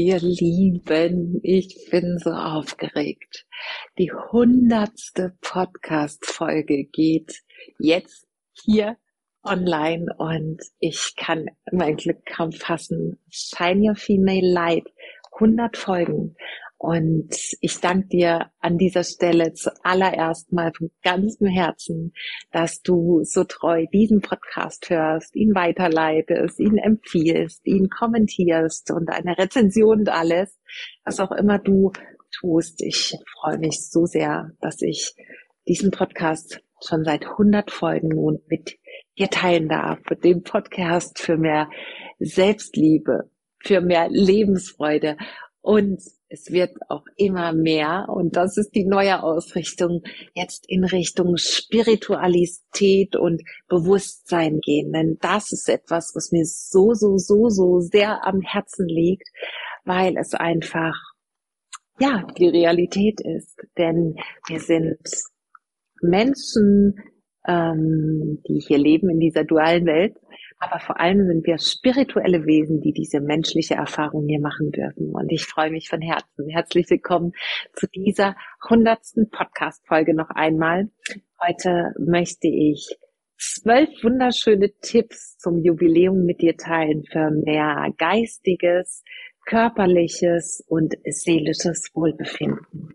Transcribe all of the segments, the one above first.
ihr Lieben, ich bin so aufgeregt. Die 100. Podcast-Folge geht jetzt hier online und ich kann mein Glück kaum fassen. Shine Your Female Light, 100 Folgen. Und ich danke dir an dieser Stelle zuallererst mal von ganzem Herzen, dass du so treu diesen Podcast hörst, ihn weiterleitest, ihn empfiehlst, ihn kommentierst und eine Rezension und alles, was auch immer du tust. Ich freue mich so sehr, dass ich diesen Podcast schon seit 100 Folgen nun mit dir teilen darf, mit dem Podcast für mehr Selbstliebe, für mehr Lebensfreude. Und es wird auch immer mehr, und das ist die neue Ausrichtung, jetzt in Richtung Spiritualität und Bewusstsein gehen. Denn das ist etwas, was mir so sehr am Herzen liegt, weil es einfach, ja, die Realität ist. Denn wir sind Menschen, die hier leben in dieser dualen Welt, aber vor allem sind wir spirituelle Wesen, die diese menschliche Erfahrung hier machen dürfen. Und ich freue mich von Herzen. Herzlich willkommen zu dieser 100. Podcast-Folge noch einmal. Heute möchte ich 12 wunderschöne Tipps zum Jubiläum mit dir teilen für mehr geistiges, körperliches und seelisches Wohlbefinden.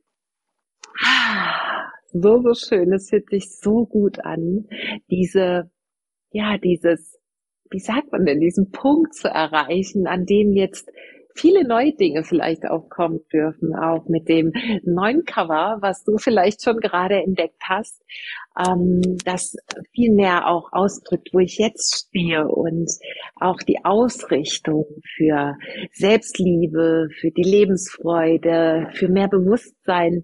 So schön, es fühlt sich so gut an, dieses, wie sagt man denn, diesen Punkt zu erreichen, an dem jetzt viele neue Dinge vielleicht aufkommen dürfen, auch mit dem neuen Cover, was du vielleicht schon gerade entdeckt hast, das viel mehr auch ausdrückt, wo ich jetzt stehe, und auch die Ausrichtung für Selbstliebe, für die Lebensfreude, für mehr Bewusstheit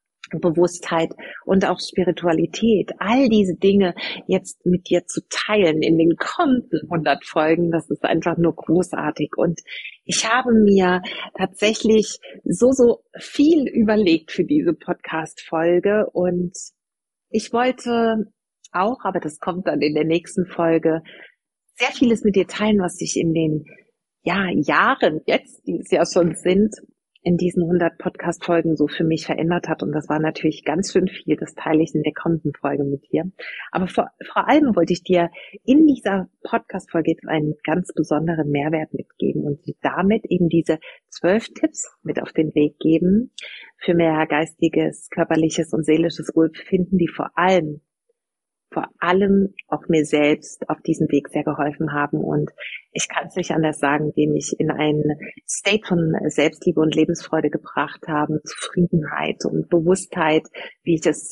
und auch Spiritualität, all diese Dinge jetzt mit dir zu teilen in den kommenden 100 Folgen, das ist einfach nur großartig. Und ich habe mir tatsächlich so viel überlegt für diese Podcast-Folge, und ich wollte auch, aber das kommt dann in der nächsten Folge, sehr vieles mit dir teilen, was sich in den Jahren jetzt, die es ja schon sind, in diesen 100 Podcast-Folgen so für mich verändert hat. Und das war natürlich ganz schön viel. Das teile ich in der kommenden Folge mit dir. Aber vor allem wollte ich dir in dieser Podcast-Folge jetzt einen ganz besonderen Mehrwert mitgeben und dir damit eben diese 12 Tipps mit auf den Weg geben für mehr geistiges, körperliches und seelisches Wohlbefinden, die vor allem auch mir selbst auf diesem Weg sehr geholfen haben. Und ich kann es nicht anders sagen, die mich in einen State von Selbstliebe und Lebensfreude gebracht haben, Zufriedenheit und Bewusstheit, wie ich es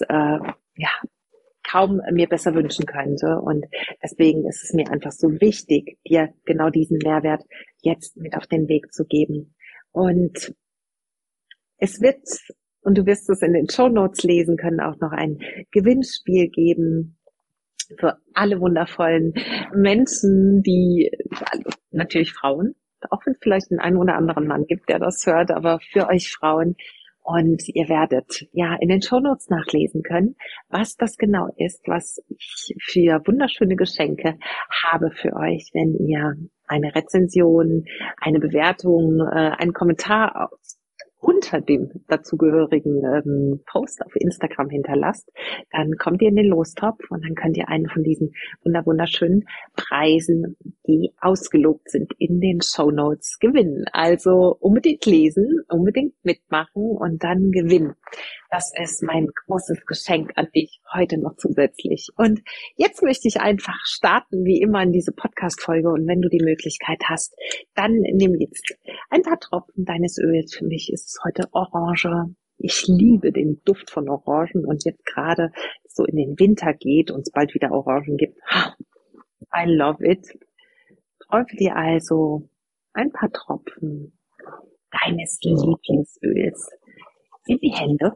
kaum mir besser wünschen könnte. Und deswegen ist es mir einfach so wichtig, dir genau diesen Mehrwert jetzt mit auf den Weg zu geben. Und es wird, und du wirst es in den Shownotes lesen können, auch noch ein Gewinnspiel geben für alle wundervollen Menschen, natürlich Frauen, auch wenn es vielleicht einen oder anderen Mann gibt, der das hört, aber für euch Frauen. Und ihr werdet in den Shownotes nachlesen können, was das genau ist, was ich für wunderschöne Geschenke habe für euch, wenn ihr eine Rezension, eine Bewertung, einen Kommentar unter dem dazugehörigen Post auf Instagram hinterlasst, dann kommt ihr in den Lostopf und dann könnt ihr einen von diesen wunderschönen Preisen, die ausgelobt sind, in den Shownotes gewinnen. Also unbedingt lesen, unbedingt mitmachen und dann gewinnen. Das ist mein großes Geschenk an dich heute noch zusätzlich. Und jetzt möchte ich einfach starten, wie immer, in diese Podcast-Folge. Und wenn du die Möglichkeit hast, dann nimm jetzt ein paar Tropfen deines Öls. Für mich ist es heute Orange. Ich liebe den Duft von Orangen, und jetzt gerade so in den Winter geht und es bald wieder Orangen gibt. I love it. Träufe dir also ein paar Tropfen deines Lieblingsöls in die Hände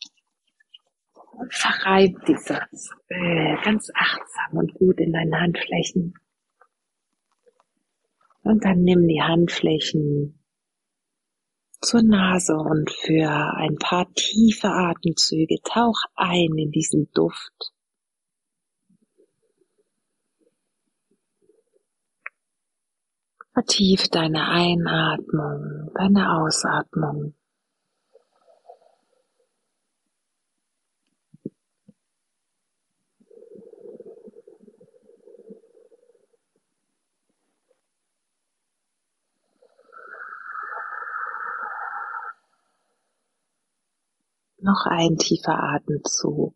und verreib dieses Öl ganz achtsam und gut in deinen Handflächen. Und dann nimm die Handflächen zur Nase und für ein paar tiefe Atemzüge tauch ein in diesen Duft. Vertief deine Einatmung, deine Ausatmung. Noch ein tiefer Atemzug.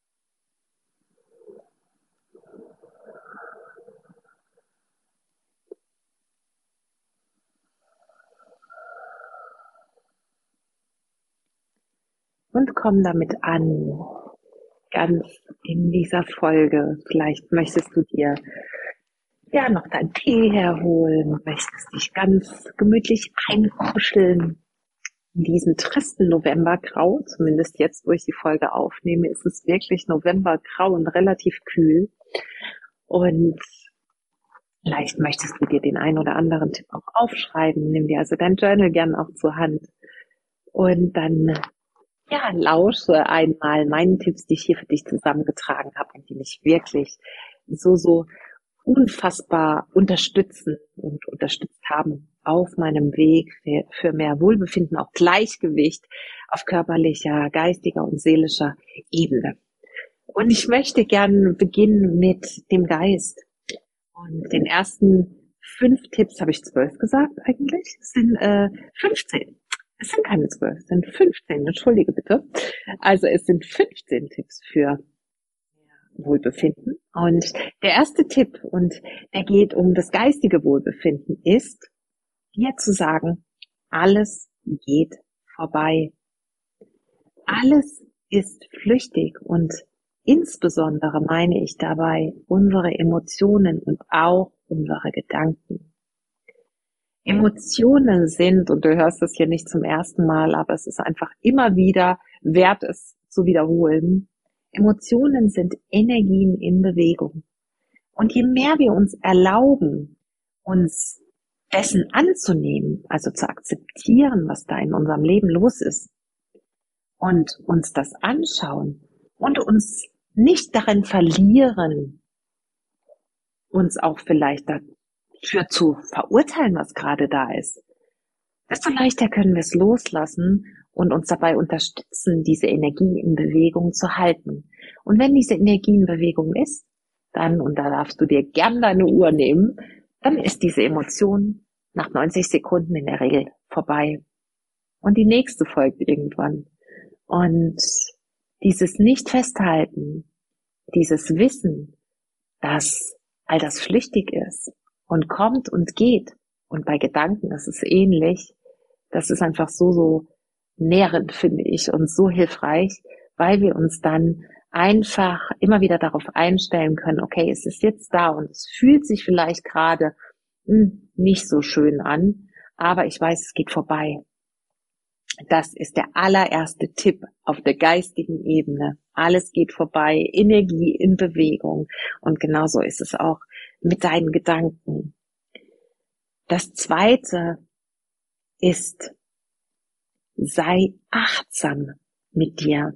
Und komm damit an, ganz in dieser Folge. Vielleicht möchtest du dir ja noch deinen Tee herholen, möchtest dich ganz gemütlich einkuscheln. In diesem tristen Novembergrau, zumindest jetzt, wo ich die Folge aufnehme, ist es wirklich Novembergrau und relativ kühl. Und vielleicht möchtest du dir den einen oder anderen Tipp auch aufschreiben. Nimm dir also dein Journal gern auch zur Hand. Und dann, ja, lausche einmal meinen Tipps, die ich hier für dich zusammengetragen habe und die mich wirklich so unfassbar unterstützen und unterstützt haben auf meinem Weg für mehr Wohlbefinden, auch Gleichgewicht auf körperlicher, geistiger und seelischer Ebene. Und ich möchte gern beginnen mit dem Geist. Und den ersten 5 Tipps, habe ich 12 gesagt eigentlich? Es sind 15. Es sind keine 12, es sind 15, entschuldige bitte. Also es sind 15 Tipps für Wohlbefinden. Und der erste Tipp, und der geht um das geistige Wohlbefinden, ist, dir zu sagen, alles geht vorbei. Alles ist flüchtig und insbesondere meine ich dabei unsere Emotionen und auch unsere Gedanken. Emotionen sind, und du hörst es hier nicht zum ersten Mal, aber es ist einfach immer wieder wert, es zu wiederholen. Emotionen sind Energien in Bewegung. Und je mehr wir uns erlauben, uns dessen anzunehmen, also zu akzeptieren, was da in unserem Leben los ist, und uns das anschauen und uns nicht darin verlieren, uns auch vielleicht dafür zu verurteilen, was gerade da ist, desto leichter können wir es loslassen und uns dabei unterstützen, diese Energie in Bewegung zu halten. Und wenn diese Energie in Bewegung ist, dann, und da darfst du dir gern deine Uhr nehmen, dann ist diese Emotion nach 90 Sekunden in der Regel vorbei. Und die nächste folgt irgendwann. Und dieses Nicht-Festhalten, dieses Wissen, dass all das flüchtig ist und kommt und geht, und bei Gedanken ist es ähnlich, das ist einfach so nährend, finde ich, und so hilfreich, weil wir uns dann einfach immer wieder darauf einstellen können, okay, es ist jetzt da und es fühlt sich vielleicht gerade nicht so schön an, aber ich weiß, es geht vorbei. Das ist der allererste Tipp auf der geistigen Ebene. Alles geht vorbei, Energie in Bewegung. Und genauso ist es auch mit deinen Gedanken. Das zweite ist, sei achtsam mit dir.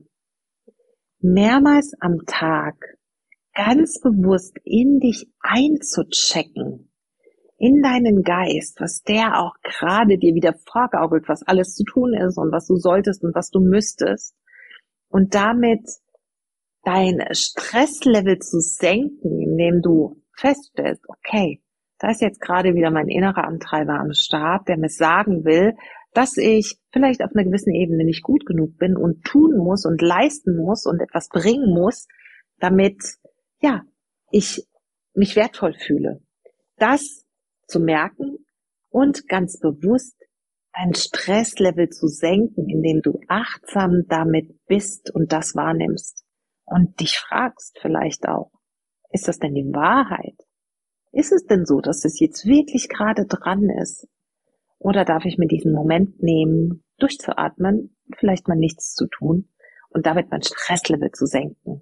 Mehrmals am Tag ganz bewusst in dich einzuchecken, in deinen Geist, was der auch gerade dir wieder vorgaukelt, was alles zu tun ist und was du solltest und was du müsstest, und damit dein Stresslevel zu senken, indem du feststellst, okay, da ist jetzt gerade wieder mein innerer Antreiber am Start, der mir sagen will, dass ich vielleicht auf einer gewissen Ebene nicht gut genug bin und tun muss und leisten muss und etwas bringen muss, damit, ja, ich mich wertvoll fühle. Das zu merken und ganz bewusst dein Stresslevel zu senken, indem du achtsam damit bist und das wahrnimmst und dich fragst vielleicht auch, ist das denn die Wahrheit? Ist es denn so, dass es jetzt wirklich gerade dran ist? Oder darf ich mir diesen Moment nehmen, durchzuatmen, vielleicht mal nichts zu tun und damit mein Stresslevel zu senken?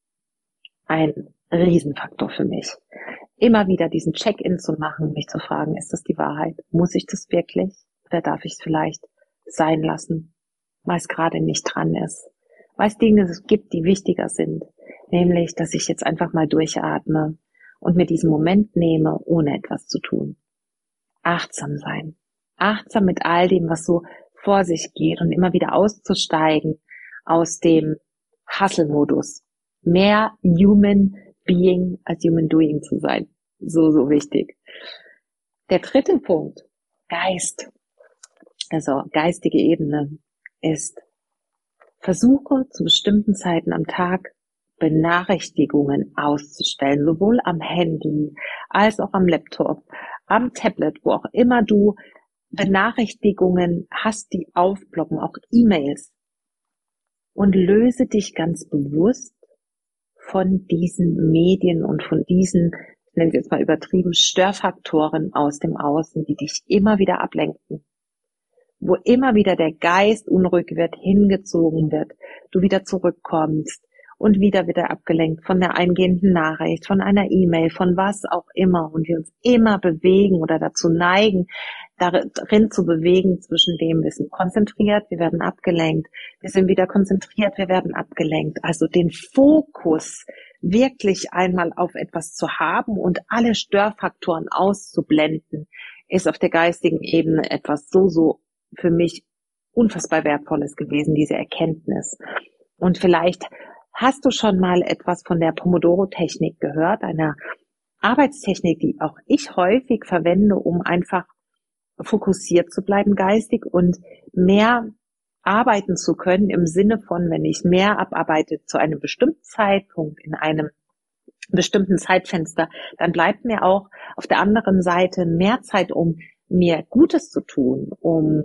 Ein Riesenfaktor für mich. Immer wieder diesen Check-in zu machen, mich zu fragen, ist das die Wahrheit? Muss ich das wirklich? Oder darf ich es vielleicht sein lassen, weil es gerade nicht dran ist? Weil es Dinge gibt, die wichtiger sind. Nämlich, dass ich jetzt einfach mal durchatme und mir diesen Moment nehme, ohne etwas zu tun. achtsam sein. Achtsam mit all dem, was so vor sich geht und immer wieder auszusteigen aus dem Hustle-Modus. Mehr Human Being als Human Doing zu sein. So, so wichtig. Der dritte Punkt, Geist, also geistige Ebene, ist: Versuche zu bestimmten Zeiten am Tag Benachrichtigungen auszustellen, sowohl am Handy als auch am Laptop, am Tablet, wo auch immer du Benachrichtigungen hast, die aufploppen, auch E-Mails. Und löse dich ganz bewusst von diesen Medien und von diesen, ich nenne es jetzt mal übertrieben, Störfaktoren aus dem Außen, die dich immer wieder ablenken. Wo immer wieder der Geist unruhig wird, hingezogen wird, du wieder zurückkommst und wieder abgelenkt von der eingehenden Nachricht, von einer E-Mail, von was auch immer, und wir uns immer bewegen oder dazu neigen, darin zu bewegen zwischen dem, wir sind konzentriert, wir werden abgelenkt, wir sind wieder konzentriert, wir werden abgelenkt. Also den Fokus wirklich einmal auf etwas zu haben und alle Störfaktoren auszublenden, ist auf der geistigen Ebene etwas so für mich unfassbar Wertvolles gewesen, diese Erkenntnis. Und vielleicht hast du schon mal etwas von der Pomodoro-Technik gehört, einer Arbeitstechnik, die auch ich häufig verwende, um einfach fokussiert zu bleiben geistig und mehr arbeiten zu können, im Sinne von, wenn ich mehr abarbeite zu einem bestimmten Zeitpunkt in einem bestimmten Zeitfenster, dann bleibt mir auch auf der anderen Seite mehr Zeit, um mir Gutes zu tun, um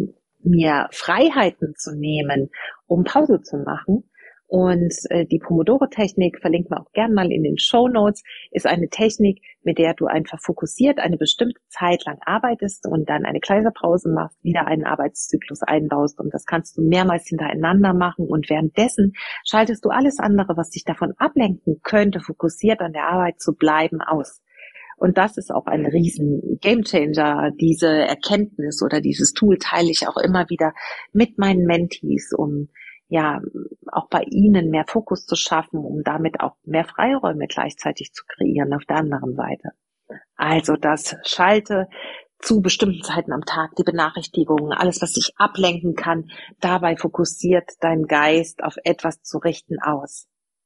mir Freiheiten zu nehmen, um Pause zu machen. Und die Pomodoro-Technik, verlinkt man auch gern mal in den Shownotes, ist eine Technik, mit der du einfach fokussiert eine bestimmte Zeit lang arbeitest und dann eine kleine Pause machst, wieder einen Arbeitszyklus einbaust. Und das kannst du mehrmals hintereinander machen. Und währenddessen schaltest du alles andere, was dich davon ablenken könnte, fokussiert an der Arbeit zu bleiben, aus. Und das ist auch ein riesen Gamechanger. Diese Erkenntnis oder dieses Tool teile ich auch immer wieder mit meinen Mentees, um ja auch bei ihnen mehr Fokus zu schaffen, um damit auch mehr Freiräume gleichzeitig zu kreieren auf der anderen Seite. Also das schalte zu bestimmten Zeiten am Tag die Benachrichtigungen, alles, was dich ablenken kann, dabei fokussiert dein Geist auf etwas zu richten aus.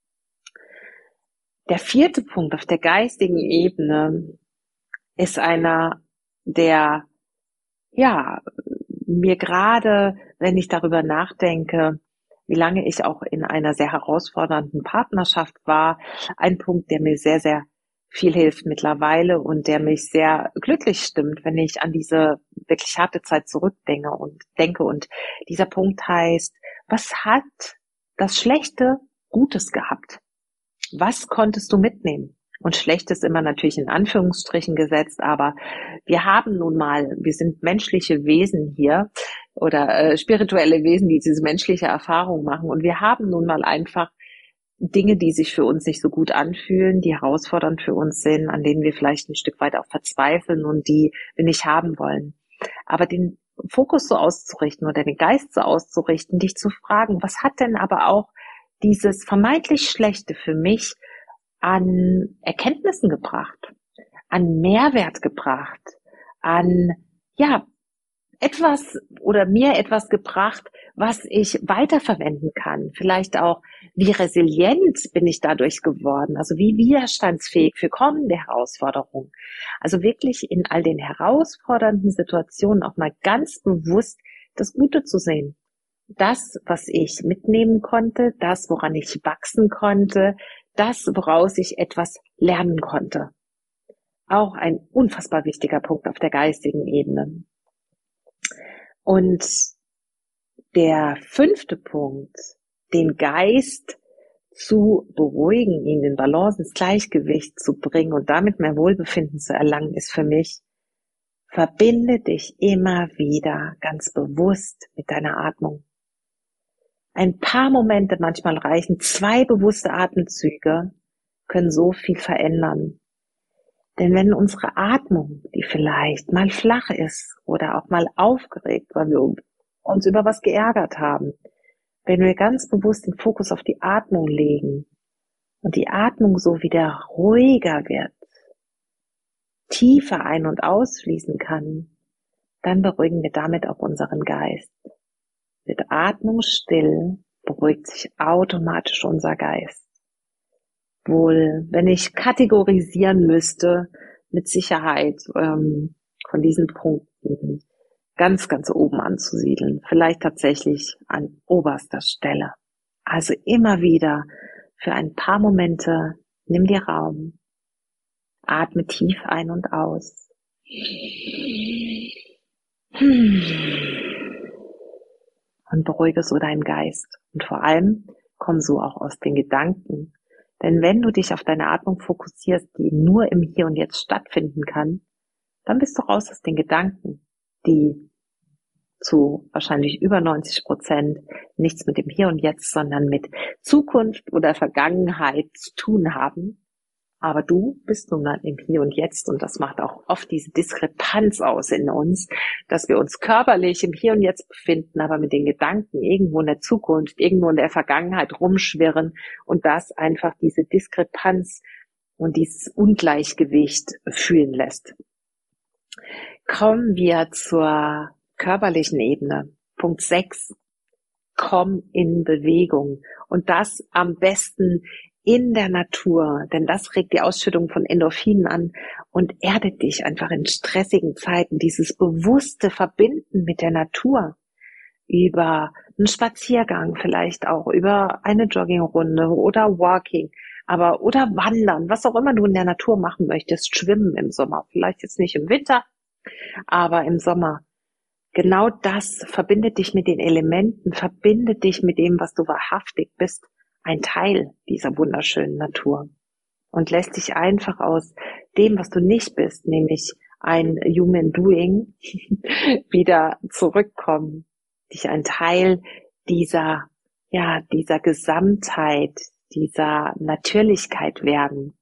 Der vierte Punkt auf der geistigen Ebene ist einer, der, ja, mir gerade, wenn ich darüber nachdenke, wie lange ich auch in einer sehr herausfordernden Partnerschaft war, ein Punkt, der mir sehr, sehr viel hilft mittlerweile und der mich sehr glücklich stimmt, wenn ich an diese wirklich harte Zeit zurückdenke und dieser Punkt heißt: Was hat das Schlechte Gutes gehabt? Was konntest du mitnehmen? Und schlecht ist immer natürlich in Anführungsstrichen gesetzt, aber wir sind menschliche Wesen hier oder spirituelle Wesen, die diese menschliche Erfahrung machen. Und wir haben nun mal einfach Dinge, die sich für uns nicht so gut anfühlen, die herausfordernd für uns sind, an denen wir vielleicht ein Stück weit auch verzweifeln und die wir nicht haben wollen. Aber den Fokus so auszurichten oder den Geist so auszurichten, dich zu fragen, was hat denn aber auch dieses vermeintlich Schlechte für mich an Erkenntnissen gebracht, an Mehrwert gebracht, an, ja, etwas oder mir etwas gebracht, was ich weiterverwenden kann. Vielleicht auch, wie resilient bin ich dadurch geworden, also wie widerstandsfähig für kommende Herausforderungen. Also wirklich in all den herausfordernden Situationen auch mal ganz bewusst das Gute zu sehen. Das, was ich mitnehmen konnte, das, woran ich wachsen konnte, das, woraus ich etwas lernen konnte. Auch ein unfassbar wichtiger Punkt auf der geistigen Ebene. Und der fünfte Punkt, den Geist zu beruhigen, ihn in Balance, ins Gleichgewicht zu bringen und damit mehr Wohlbefinden zu erlangen, ist für mich: Verbinde dich immer wieder ganz bewusst mit deiner Atmung. Ein paar Momente, manchmal reichen 2 bewusste Atemzüge, können so viel verändern. Denn wenn unsere Atmung, die vielleicht mal flach ist oder auch mal aufgeregt, weil wir uns über was geärgert haben, wenn wir ganz bewusst den Fokus auf die Atmung legen und die Atmung so wieder ruhiger wird, tiefer ein- und ausfließen kann, dann beruhigen wir damit auch unseren Geist. Wird Atmung still, beruhigt sich automatisch unser Geist. Wohl, wenn ich kategorisieren müsste, mit Sicherheit von diesen Punkten ganz, ganz oben anzusiedeln. Vielleicht tatsächlich an oberster Stelle. Also immer wieder für ein paar Momente nimm dir Raum, atme tief ein und aus. Und beruhige so deinen Geist. Und vor allem komm so auch aus den Gedanken. Denn wenn du dich auf deine Atmung fokussierst, die nur im Hier und Jetzt stattfinden kann, dann bist du raus aus den Gedanken, die zu wahrscheinlich über 90% nichts mit dem Hier und Jetzt, sondern mit Zukunft oder Vergangenheit zu tun haben. Aber du bist nun mal im Hier und Jetzt und das macht auch oft diese Diskrepanz aus in uns, dass wir uns körperlich im Hier und Jetzt befinden, aber mit den Gedanken irgendwo in der Zukunft, irgendwo in der Vergangenheit rumschwirren und das einfach diese Diskrepanz und dieses Ungleichgewicht fühlen lässt. Kommen wir zur körperlichen Ebene. Punkt 6. Komm in Bewegung. Und das am besten in der Natur, denn das regt die Ausschüttung von Endorphinen an und erdet dich einfach in stressigen Zeiten. Dieses bewusste Verbinden mit der Natur über einen Spaziergang, vielleicht auch über eine Joggingrunde oder Walking, oder Wandern, was auch immer du in der Natur machen möchtest, Schwimmen im Sommer, vielleicht jetzt nicht im Winter, aber im Sommer. Genau das verbindet dich mit den Elementen, verbindet dich mit dem, was du wahrhaftig bist, ein Teil dieser wunderschönen Natur und lässt dich einfach aus dem, was du nicht bist, nämlich ein Human Doing, wieder zurückkommen, dich ein Teil dieser Gesamtheit, dieser Natürlichkeit werden.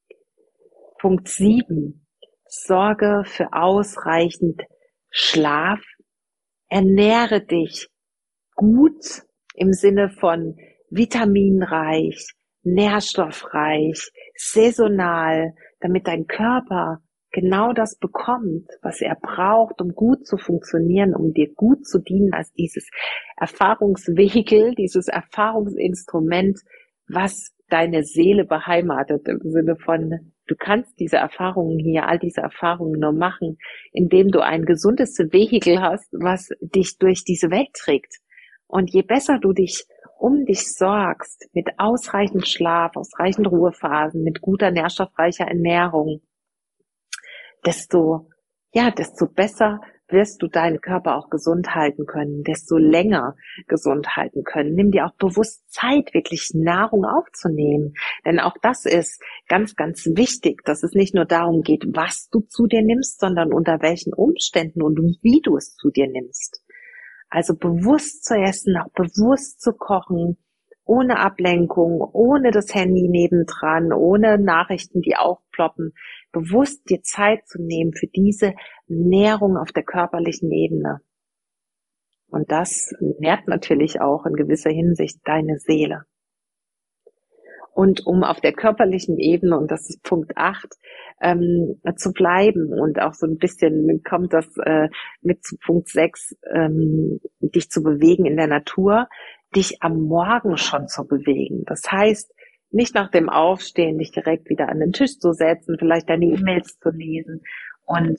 Punkt 7. Sorge für ausreichend Schlaf. Ernähre dich gut im Sinne von vitaminreich, nährstoffreich, saisonal, damit dein Körper genau das bekommt, was er braucht, um gut zu funktionieren, um dir gut zu dienen als dieses Erfahrungsvehikel, dieses Erfahrungsinstrument, was deine Seele beheimatet, im Sinne von, du kannst diese Erfahrungen hier, all diese Erfahrungen nur machen, indem du ein gesundes Vehikel hast, was dich durch diese Welt trägt. Und je besser du dich um dich sorgst, mit ausreichend Schlaf, ausreichend Ruhephasen, mit guter nährstoffreicher Ernährung, desto besser wirst du deinen Körper auch gesund halten können, desto länger gesund halten können. Nimm dir auch bewusst Zeit, wirklich Nahrung aufzunehmen. Denn auch das ist ganz, ganz wichtig, dass es nicht nur darum geht, was du zu dir nimmst, sondern unter welchen Umständen und wie du es zu dir nimmst. Also bewusst zu essen, auch bewusst zu kochen, ohne Ablenkung, ohne das Handy nebendran, ohne Nachrichten, die aufploppen, bewusst dir Zeit zu nehmen für diese Nährung auf der körperlichen Ebene. Und das nährt natürlich auch in gewisser Hinsicht deine Seele. Und um auf der körperlichen Ebene, und das ist Punkt 8, zu bleiben und auch so ein bisschen kommt das mit zu Punkt 6, dich zu bewegen in der Natur, dich am Morgen schon zu bewegen. Das heißt, nicht nach dem Aufstehen dich direkt wieder an den Tisch zu setzen, vielleicht deine E-Mails zu lesen und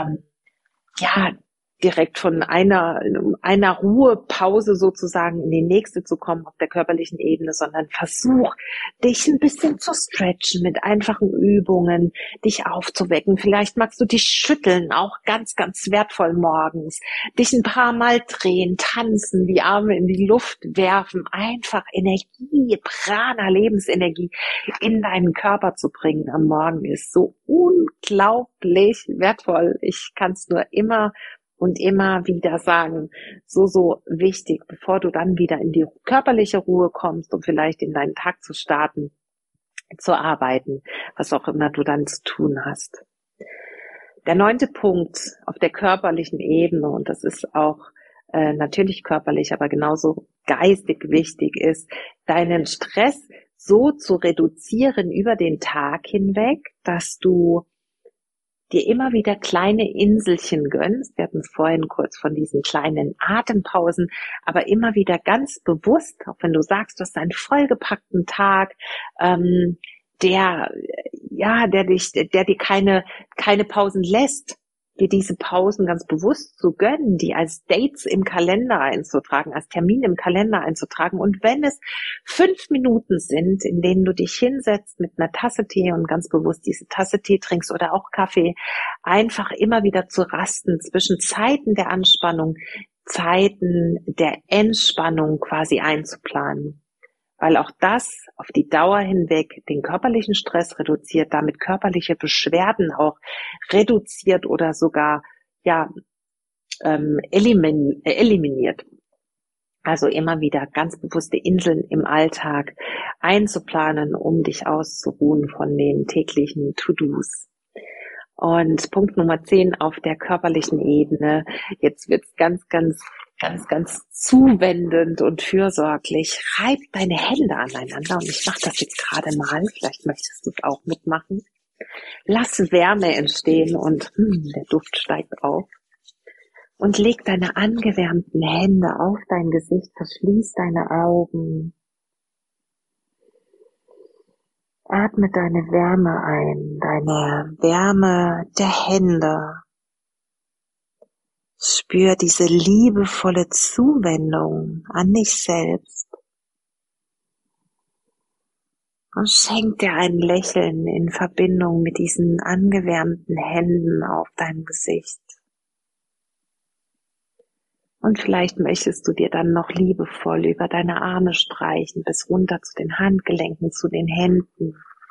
direkt von einer Ruhepause sozusagen in die nächste zu kommen auf der körperlichen Ebene, sondern versuch, dich ein bisschen zu stretchen mit einfachen Übungen, dich aufzuwecken. Vielleicht magst du dich schütteln, auch ganz, ganz wertvoll morgens. Dich ein paar Mal drehen, tanzen, die Arme in die Luft werfen, einfach Energie, Prana, Lebensenergie in deinen Körper zu bringen am Morgen ist so unglaublich wertvoll. Ich kann es nur immer und immer wieder sagen, so wichtig, bevor du dann wieder in die körperliche Ruhe kommst, um vielleicht in deinen Tag zu starten, zu arbeiten, was auch immer du dann zu tun hast. Der 9. Punkt auf der körperlichen Ebene, und das ist auch natürlich körperlich, aber genauso geistig wichtig ist, deinen Stress so zu reduzieren über den Tag hinweg, dass du dir immer wieder kleine Inselchen gönnst. Wir hatten es vorhin kurz von diesen kleinen Atempausen, aber immer wieder ganz bewusst, auch wenn du sagst, du hast einen vollgepackten Tag, der dir keine Pausen lässt, dir diese Pausen ganz bewusst zu gönnen, die als Dates im Kalender einzutragen, als Termin im Kalender einzutragen. Und wenn es 5 Minuten sind, in denen du dich hinsetzt mit einer Tasse Tee und ganz bewusst diese Tasse Tee trinkst oder auch Kaffee, einfach immer wieder zu rasten zwischen Zeiten der Anspannung, Zeiten der Entspannung quasi einzuplanen. Weil auch das auf die Dauer hinweg den körperlichen Stress reduziert, damit körperliche Beschwerden auch reduziert oder sogar eliminiert. Also immer wieder ganz bewusste Inseln im Alltag einzuplanen, um dich auszuruhen von den täglichen To-Dos. Und Punkt Nummer 10 auf der körperlichen Ebene. Jetzt wird's ganz zuwendend und fürsorglich. Reib deine Hände aneinander und ich mache das jetzt gerade mal. Vielleicht möchtest du es auch mitmachen. Lass Wärme entstehen und der Duft steigt auf. Und leg deine angewärmten Hände auf dein Gesicht, verschließ deine Augen. Atme deine Wärme ein, deine Wärme der Hände. Spür diese liebevolle Zuwendung an dich selbst. Und schenk dir ein Lächeln in Verbindung mit diesen angewärmten Händen auf deinem Gesicht. Und vielleicht möchtest du dir dann noch liebevoll über deine Arme streichen, bis runter zu den Handgelenken, zu den Händen.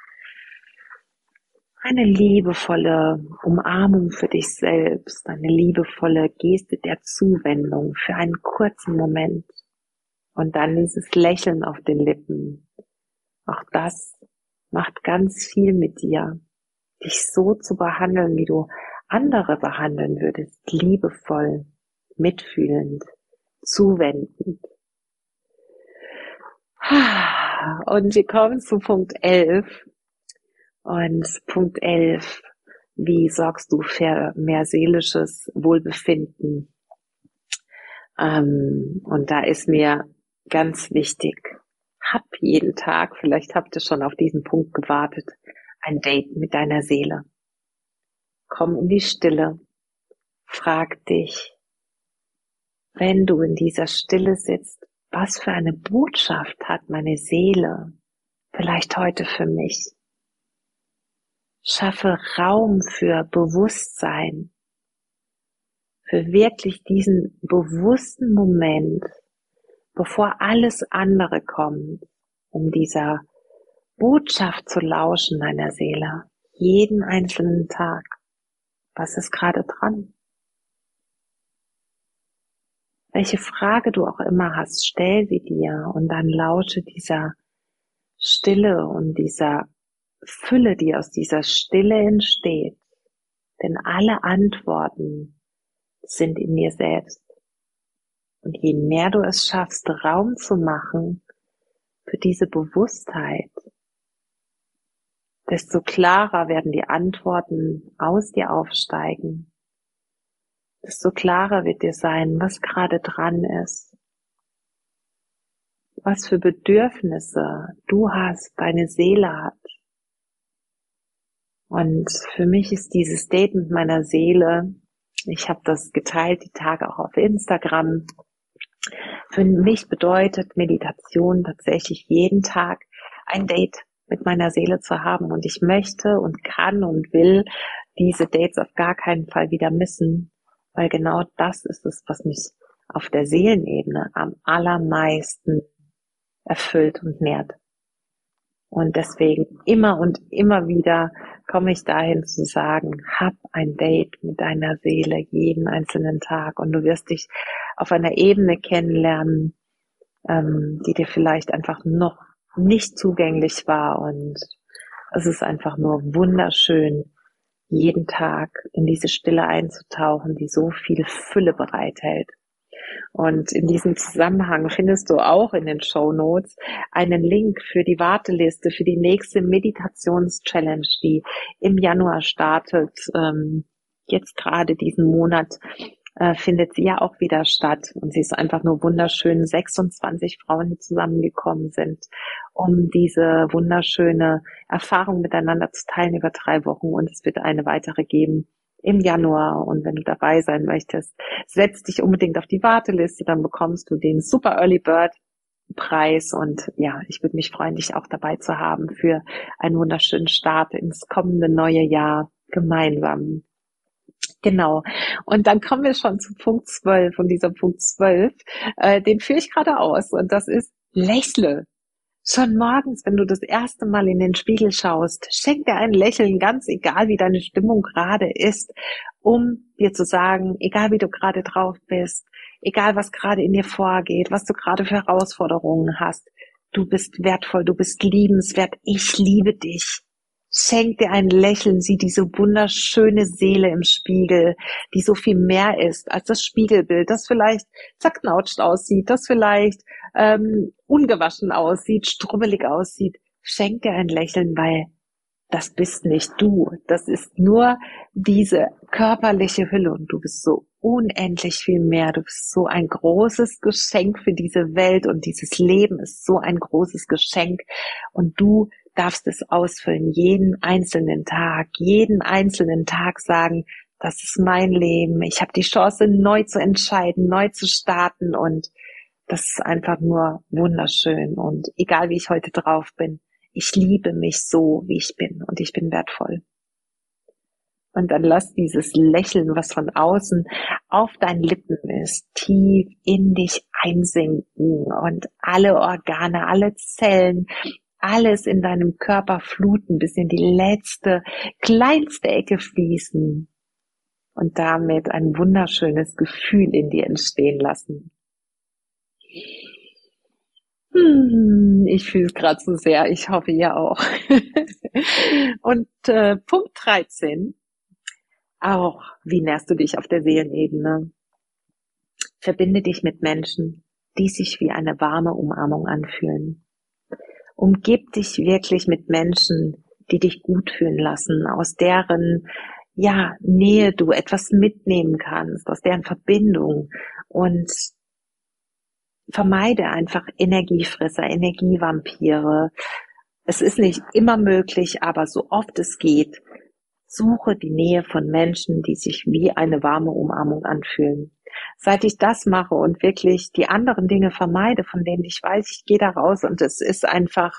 Eine liebevolle Umarmung für dich selbst, eine liebevolle Geste der Zuwendung für einen kurzen Moment. Und dann dieses Lächeln auf den Lippen. Auch das macht ganz viel mit dir, dich so zu behandeln, wie du andere behandeln würdest, liebevoll, mitfühlend, zuwendend. Und wir kommen zu Punkt 11. Und Punkt 11, wie sorgst du für mehr seelisches Wohlbefinden? Und da ist mir ganz wichtig, hab jeden Tag, vielleicht habt ihr schon auf diesen Punkt gewartet, ein Date mit deiner Seele. Komm in die Stille, frag dich, wenn du in dieser Stille sitzt, was für eine Botschaft hat meine Seele vielleicht heute für mich? Schaffe Raum für Bewusstsein, für wirklich diesen bewussten Moment, bevor alles andere kommt, um dieser Botschaft zu lauschen deiner Seele, jeden einzelnen Tag. Was ist gerade dran? Welche Frage du auch immer hast, stell sie dir und dann lausche dieser Stille und dieser Fülle, die aus dieser Stille entsteht. Denn alle Antworten sind in dir selbst. Und je mehr du es schaffst, Raum zu machen für diese Bewusstheit, desto klarer werden die Antworten aus dir aufsteigen. Desto klarer wird dir sein, was gerade dran ist. Was für Bedürfnisse du hast, deine Seele hat. Und für mich ist dieses Date mit meiner Seele, ich habe das geteilt, die Tage auch auf Instagram. Für mich bedeutet Meditation tatsächlich jeden Tag ein Date mit meiner Seele zu haben. Und ich möchte und kann und will diese Dates auf gar keinen Fall wieder missen, weil genau das ist es, was mich auf der Seelenebene am allermeisten erfüllt und nährt. Und deswegen immer und immer wieder komme ich dahin zu sagen, hab ein Date mit deiner Seele jeden einzelnen Tag und du wirst dich auf einer Ebene kennenlernen, die dir vielleicht einfach noch nicht zugänglich war, und es ist einfach nur wunderschön, jeden Tag in diese Stille einzutauchen, die so viel Fülle bereithält. Und in diesem Zusammenhang findest du auch in den Shownotes einen Link für die Warteliste für die nächste Meditations-Challenge, die im Januar startet. Jetzt gerade diesen Monat findet sie ja auch wieder statt. Und sie ist einfach nur wunderschön. 26 Frauen, die zusammengekommen sind, um diese wunderschöne Erfahrung miteinander zu teilen über 3 Wochen. Und es wird eine weitere geben im Januar. Und wenn du dabei sein möchtest, setz dich unbedingt auf die Warteliste, dann bekommst du den Super Early Bird Preis. Und ja, ich würde mich freuen, dich auch dabei zu haben für einen wunderschönen Start ins kommende neue Jahr gemeinsam. Genau. Und dann kommen wir schon zu Punkt 12. Und dieser Punkt 12, den führe ich gerade aus. Und das ist: Lächle. Schon morgens, wenn du das erste Mal in den Spiegel schaust, schenk dir ein Lächeln, ganz egal, wie deine Stimmung gerade ist, um dir zu sagen, egal wie du gerade drauf bist, egal was gerade in dir vorgeht, was du gerade für Herausforderungen hast, du bist wertvoll, du bist liebenswert, ich liebe dich. Schenk dir ein Lächeln, sieh diese wunderschöne Seele im Spiegel, die so viel mehr ist als das Spiegelbild, das vielleicht zerknautscht aussieht, das vielleicht ungewaschen aussieht, strubbelig aussieht. Schenk dir ein Lächeln, weil das bist nicht du. Das ist nur diese körperliche Hülle und du bist so unendlich viel mehr. Du bist so ein großes Geschenk für diese Welt und dieses Leben ist so ein großes Geschenk und du darfst es ausfüllen, jeden einzelnen Tag sagen, das ist mein Leben, ich habe die Chance, neu zu entscheiden, neu zu starten und das ist einfach nur wunderschön und egal wie ich heute drauf bin, ich liebe mich so, wie ich bin und ich bin wertvoll. Und dann lass dieses Lächeln, was von außen auf deinen Lippen ist, tief in dich einsinken und alle Organe, alle Zellen, alles in deinem Körper fluten, bis in die letzte, kleinste Ecke fließen und damit ein wunderschönes Gefühl in dir entstehen lassen. Ich fühle es gerade so sehr, ich hoffe ihr auch. Und Punkt 13, auch, wie nährst du dich auf der Seelenebene? Verbinde dich mit Menschen, die sich wie eine warme Umarmung anfühlen. Umgib dich wirklich mit Menschen, die dich gut fühlen lassen, aus deren Nähe du etwas mitnehmen kannst, aus deren Verbindung und vermeide einfach Energiefresser, Energievampire. Es ist nicht immer möglich, aber so oft es geht, suche die Nähe von Menschen, die sich wie eine warme Umarmung anfühlen. Seit ich das mache und wirklich die anderen Dinge vermeide, von denen ich weiß, ich gehe da raus und es ist einfach,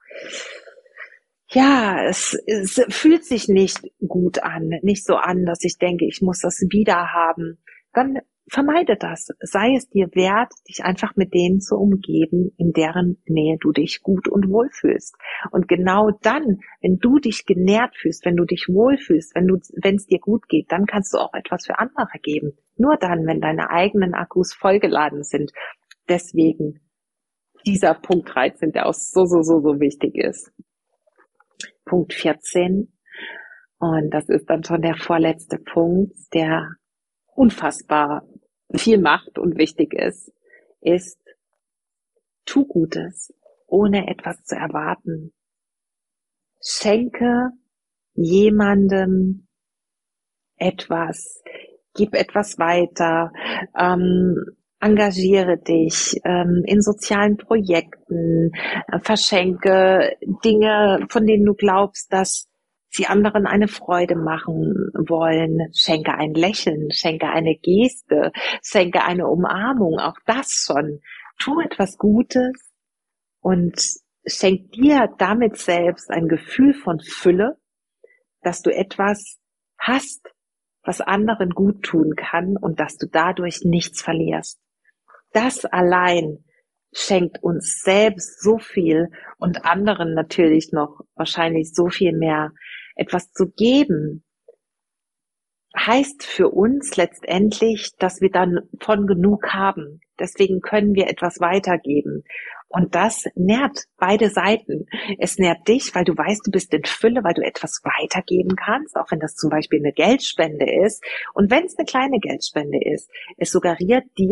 es fühlt sich nicht gut an, nicht so an, dass ich denke, ich muss das wieder haben. Dann vermeide das. Sei es dir wert, dich einfach mit denen zu umgeben, in deren Nähe du dich gut und wohl fühlst. Und genau dann, wenn du dich genährt fühlst, wenn du dich wohlfühlst, wenn es dir gut geht, dann kannst du auch etwas für andere geben. Nur dann, wenn deine eigenen Akkus vollgeladen sind. Deswegen dieser Punkt 13, der auch so wichtig ist. Punkt 14. Und das ist dann schon der vorletzte Punkt, der unfassbar viel macht und wichtig ist, tu Gutes, ohne etwas zu erwarten. Schenke jemandem etwas, gib etwas weiter, engagiere dich in sozialen Projekten, verschenke Dinge, von denen du glaubst, dass sie anderen eine Freude machen wollen. Schenke ein Lächeln, schenke eine Geste, schenke eine Umarmung, auch das schon. Tu etwas Gutes und schenk dir damit selbst ein Gefühl von Fülle, dass du etwas hast, was anderen gut tun kann und dass du dadurch nichts verlierst. Das allein schenkt uns selbst so viel und anderen natürlich noch wahrscheinlich so viel mehr. Etwas zu geben heißt für uns letztendlich, dass wir dann von genug haben. Deswegen können wir etwas weitergeben. Und das nährt beide Seiten. Es nährt dich, weil du weißt, du bist in Fülle, weil du etwas weitergeben kannst, auch wenn das zum Beispiel eine Geldspende ist. Und wenn es eine kleine Geldspende ist, es suggeriert dir,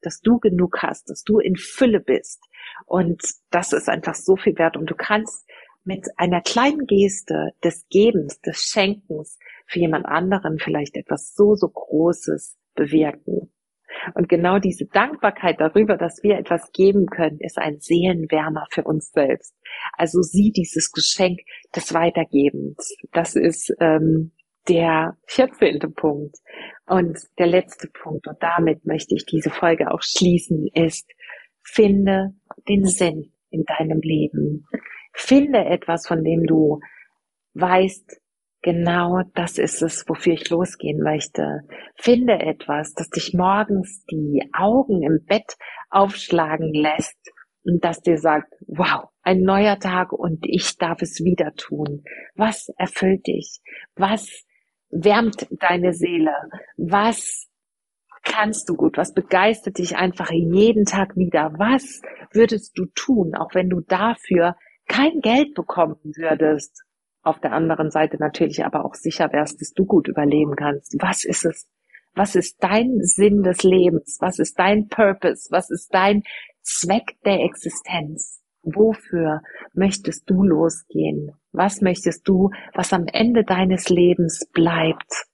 dass du genug hast, dass du in Fülle bist. Und das ist einfach so viel wert. Und du kannst mit einer kleinen Geste des Gebens, des Schenkens für jemand anderen vielleicht etwas so, so Großes bewirken. Und genau diese Dankbarkeit darüber, dass wir etwas geben können, ist ein Seelenwärmer für uns selbst. Also sieh dieses Geschenk des Weitergebens. Das ist der 14. Punkt. Und der letzte Punkt, und damit möchte ich diese Folge auch schließen, ist, finde den Sinn in deinem Leben. Finde etwas, von dem du weißt, genau das ist es, wofür ich losgehen möchte. Finde etwas, das dich morgens die Augen im Bett aufschlagen lässt und das dir sagt, wow, ein neuer Tag und ich darf es wieder tun. Was erfüllt dich? Was wärmt deine Seele? Was kannst du gut? Was begeistert dich einfach jeden Tag wieder? Was würdest du tun, auch wenn du dafür kein Geld bekommen würdest? Auf der anderen Seite natürlich aber auch sicher wärst, dass du gut überleben kannst. Was ist es? Was ist dein Sinn des Lebens? Was ist dein Purpose? Was ist dein Zweck der Existenz? Wofür möchtest du losgehen? Was möchtest du, was am Ende deines Lebens bleibt?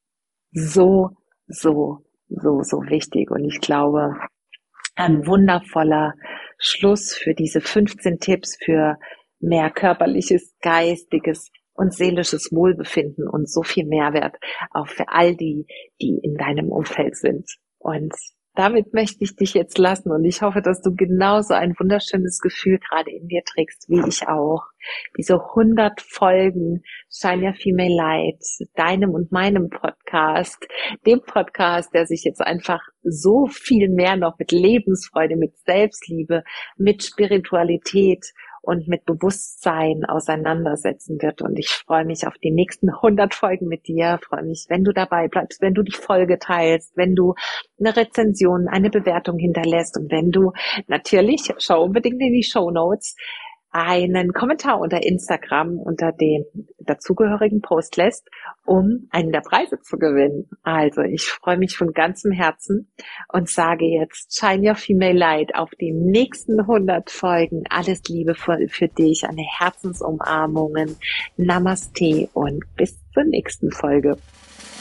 So wichtig. Und ich glaube, ein wundervoller Schluss für diese 15 Tipps für mehr körperliches, geistiges und seelisches Wohlbefinden und so viel Mehrwert auch für all die, die in deinem Umfeld sind. Und damit möchte ich dich jetzt lassen und ich hoffe, dass du genauso ein wunderschönes Gefühl gerade in dir trägst, wie ich auch. Diese 100 Folgen Shine Your Female Light, deinem und meinem Podcast, dem Podcast, der sich jetzt einfach so viel mehr noch mit Lebensfreude, mit Selbstliebe, mit Spiritualität und mit Bewusstsein auseinandersetzen wird. Und ich freue mich auf die nächsten 100 Folgen mit dir. Freue mich, wenn du dabei bleibst, wenn du die Folge teilst, wenn du eine Rezension, eine Bewertung hinterlässt und wenn du natürlich, schau unbedingt in die Shownotes, einen Kommentar unter Instagram unter dem dazugehörigen Post lässt, um einen der Preise zu gewinnen. Also ich freue mich von ganzem Herzen und sage jetzt Shine Your Female Light auf die nächsten 100 Folgen. Alles Liebe für dich, eine Herzensumarmungen, Namaste und bis zur nächsten Folge.